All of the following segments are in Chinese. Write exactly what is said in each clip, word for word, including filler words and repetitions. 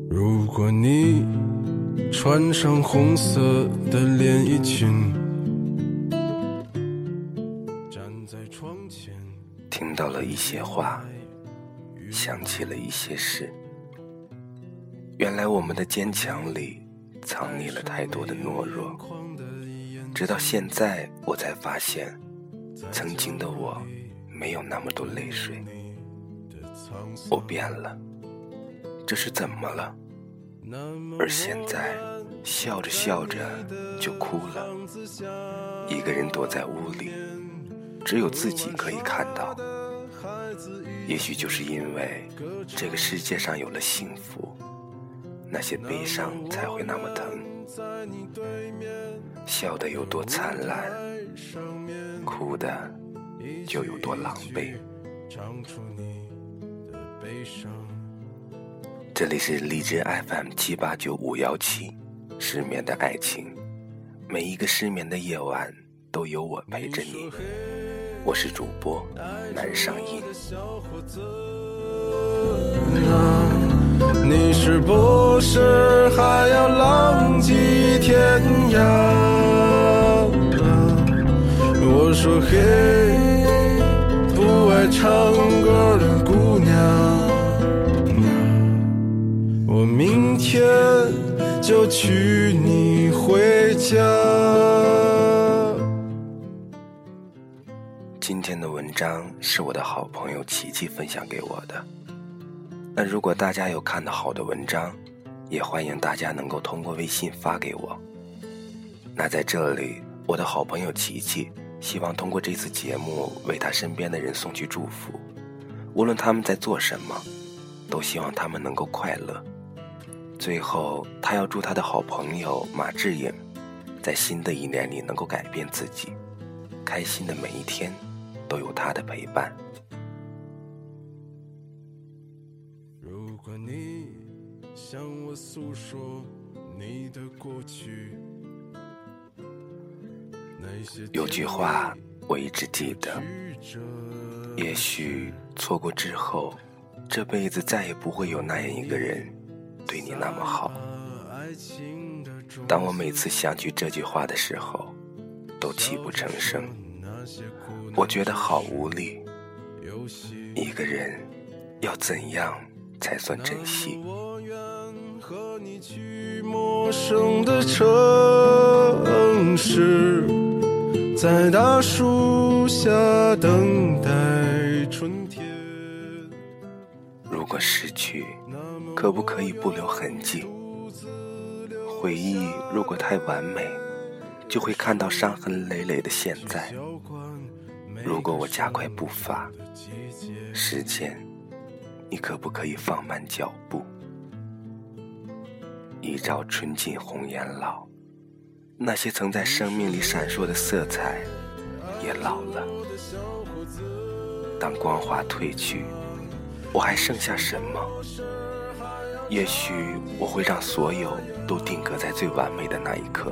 如果你穿上红色的连衣裙，站在窗前， 听到了一些话，想起了一些事。原来我们的坚强里藏匿了太多的懦弱，直到现在我才发现，曾经的我没有那么多泪水。我变了，这是怎么了？而现在笑着笑着就哭了，一个人躲在屋里，只有自己可以看到。也许就是因为这个世界上有了幸福，那些悲伤才会那么疼。笑得有多灿烂，哭的就有多狼狈。这里是荔枝 F M 七八九五幺七，失眠的爱情，每一个失眠的夜晚都有我陪着你。我是主播南上音。 你是不是还要浪迹天涯？我说嘿，不爱唱歌的姑娘，我明天就娶你回家。 今天的文章是我的好朋友琪琪分享给我的。那如果大家有看到好的文章，也欢迎大家能够通过微信发给我。那在这里，我的好朋友琪琪希望通过这次节目为他身边的人送去祝福，无论他们在做什么，都希望他们能够快乐。最后，他要祝他的好朋友马志颖在新的一年里能够改变自己，开心的每一天都有他的陪伴。 如果你向我诉说你的过去， 有句话我一直记得，也许错过之后，这辈子再也不会有那样一个人对你那么好。当我每次想起这句话的时候，都泣不成声。我觉得好无力，一个人要怎样才算珍惜？ 和你去陌生的城市，在大树下等待春天。 如果失去，可不可以不留痕迹？回忆如果太完美，就会看到伤痕累累的现在。如果我加快步伐，时间，你可不可以放慢脚步？一朝春尽红颜老，那些曾在生命里闪烁的色彩也老了。当光华褪去，我还剩下什么？也许我会让所有都定格在最完美的那一刻，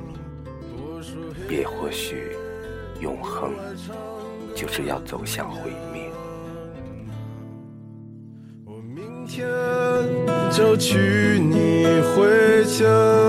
也或许永恒就是要走向毁灭。 我明天就娶你回家。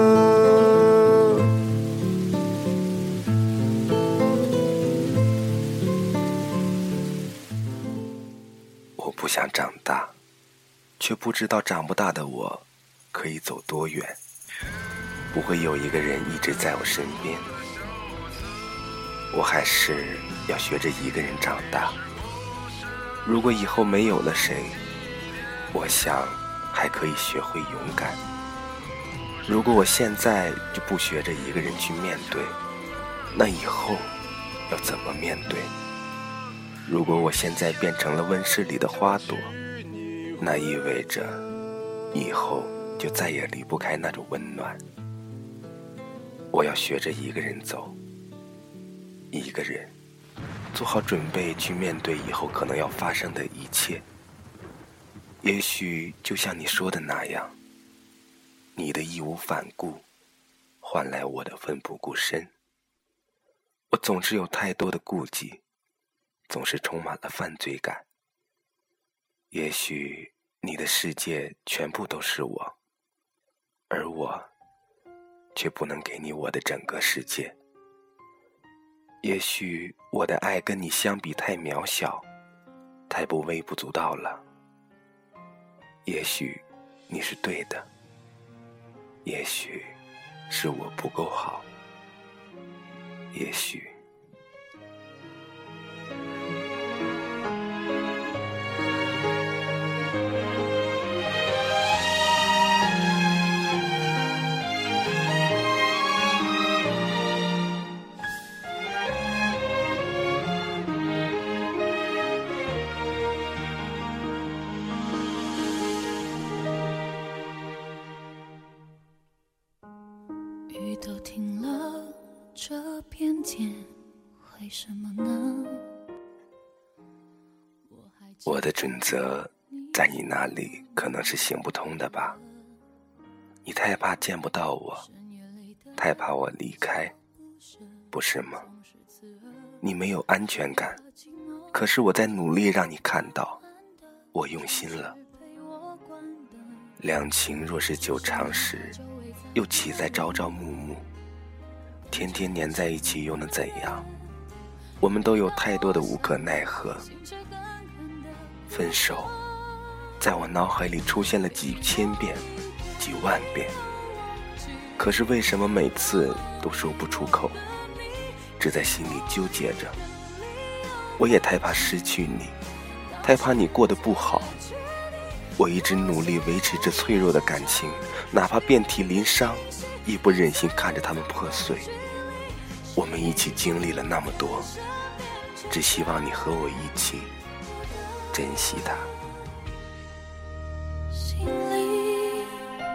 我不想长大，却不知道长不大的我可以走多远。不会有一个人一直在我身边，我还是要学着一个人长大。如果以后没有了谁，我想还可以学会勇敢。如果我现在就不学着一个人去面对，那以后要怎么面对？如果我现在变成了温室里的花朵，那意味着以后就再也离不开那种温暖。我要学着一个人走，一个人做好准备去面对以后可能要发生的一切。也许就像你说的那样，你的义无反顾换来我的奋不顾身。我总是有太多的顾忌，总是充满了犯罪感。也许你的世界全部都是我， 而我却不能给你我的整个世界。也许我的爱跟你相比太渺小，太不微不足道了。也许你是对的，也许是我不够好，也许雨都停了，这片天为什么呢？ 我的准则在你那里可能是行不通的吧。你太怕见不到我，太怕我离开，不是吗？你没有安全感，可是我在努力让你看到我用心了。两情若是久长时，又岂在朝朝暮暮？天天黏在一起又能怎样？我们都有太多的无可奈何。分手在我脑海里出现了几千遍几万遍，可是为什么每次都说不出口，只在心里纠结着？我也太怕失去你，太怕你过得不好。我一直努力维持着脆弱的感情，哪怕遍体鳞伤，也不忍心看着它们破碎。我们一起经历了那么多，只希望你和我一起珍惜它。 心里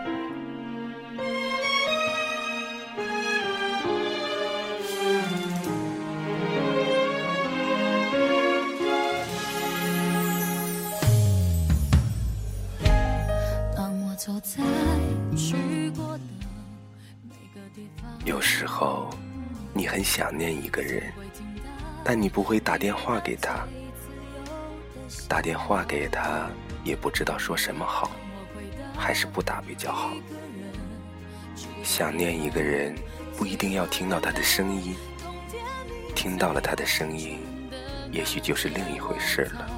当我走在去过的每个地方， 有时候你很想念一个人，但你不会打电话给他，打电话给他也不知道说什么好，还是不打比较好。想念一个人不一定要听到他的声音，听到了他的声音也许就是另一回事了。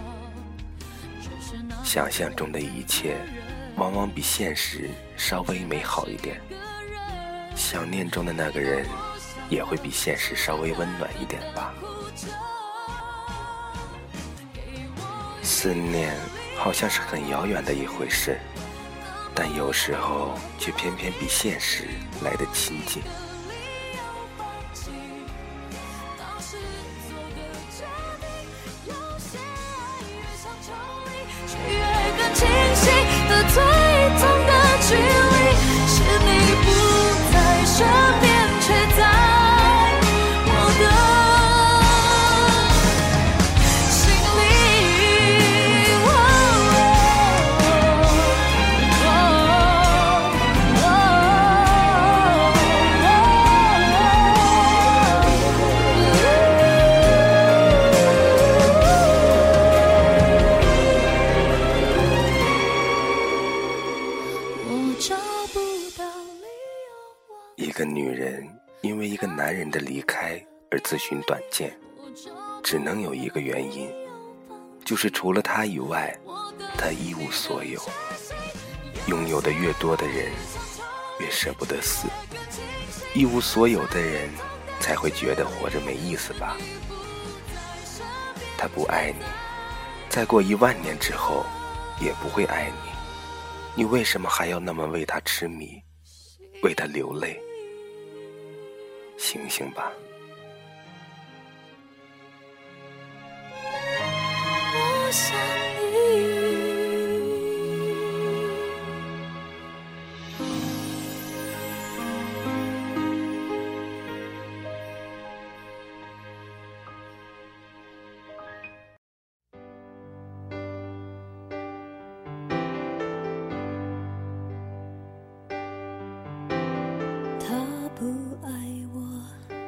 想象中的一切往往比现实稍微美好一点，想念中的那个人也会比现实稍微温暖一点吧。思念好像是很遥远的一回事，但有时候却偏偏比现实来得亲近。 越更清晰的最痛的距离，是你不在身边，却在我的心里。哦哦我找不到理由。 一个女人因为一个男人的离开而自寻短见，只能有一个原因，就是除了他以外，他一无所有。拥有的越多的人，越舍不得死。一无所有的人，才会觉得活着没意思吧。他不爱你，再过一万年之后，也不会爱你。你为什么还要那么为他痴迷，为他流泪？醒醒吧。 我想你。他不爱我，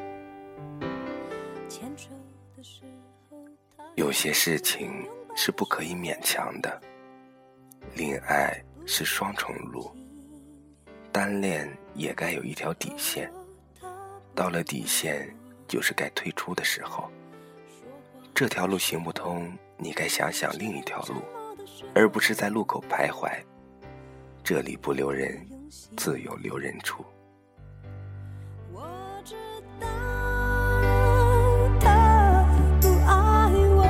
牵手的时候他有些事情是不可以勉强的，恋爱是双重路， 单恋也该有一条底线，到了底线就是该退出的时候。这条路行不通，你该想想另一条路，而不是在路口徘徊。这里不留人，自有留人处。 我知道他不爱我，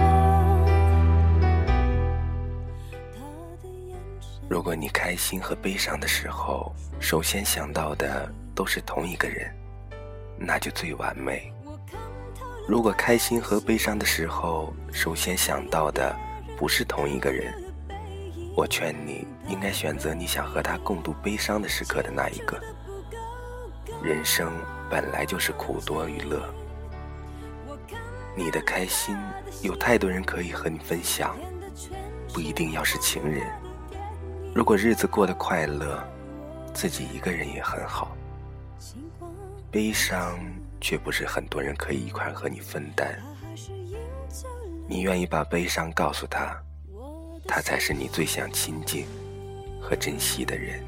他的眼神。 如果你开心和悲伤的时候，首先想到的都是同一个人，那就最完美。如果开心和悲伤的时候，首先想到的不是同一个人，我劝你应该选择你想和他共度悲伤的时刻的那一个。人生本来就是苦多于乐，你的开心有太多人可以和你分享，不一定要是情人。如果日子过得快乐，自己一个人也很好。悲伤却不是很多人可以一块和你分担，你愿意把悲伤告诉他，他才是你最想亲近和珍惜的人。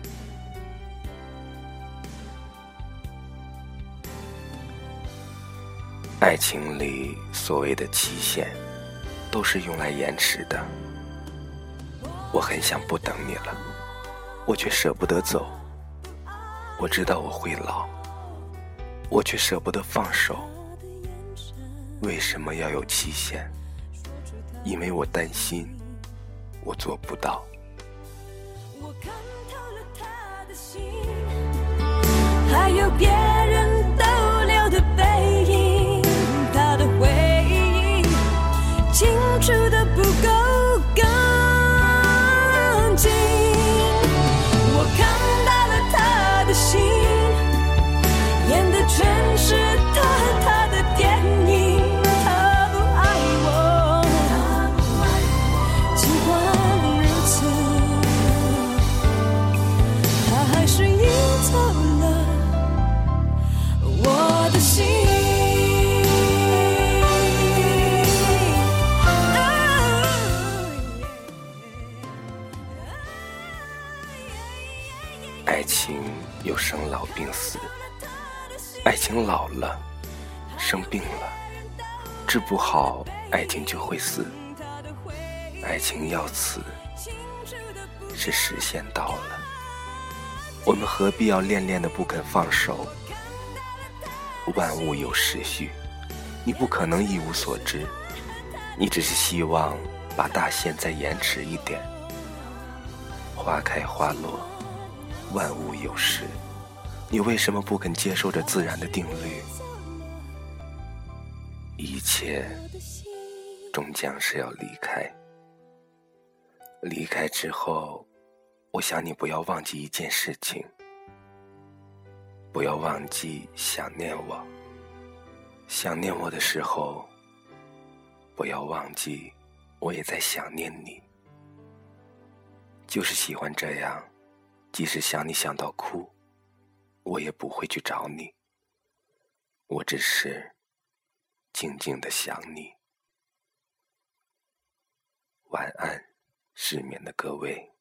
爱情里所谓的期限都是用来延迟的。我很想不等你了，我却舍不得走。我知道我会老，我却舍不得放手。为什么要有期限？因为我担心我做不到。 我看透了他的心，还有别人逗留的背影，他的回忆清楚的不够干净。我看到了他的心，演的全是他他的电影。他不爱我，尽管如此，他还是赢走了我的心。 爱情有生老病死，爱情老了，生病了，治不好，爱情就会死。爱情要死，是时限到了。我们何必要恋恋的不肯放手？万物有时序，你不可能一无所知，你只是希望把大限再延迟一点。花开花落，万物有时，你为什么不肯接受这自然的定律？一切终将是要离开，离开之后，我想你不要忘记一件事情，不要忘记想念我。想念我的时候，不要忘记我也在想念你。就是喜欢这样，即使想你想到哭，我也不会去找你，我只是静静地想你。晚安，失眠的各位。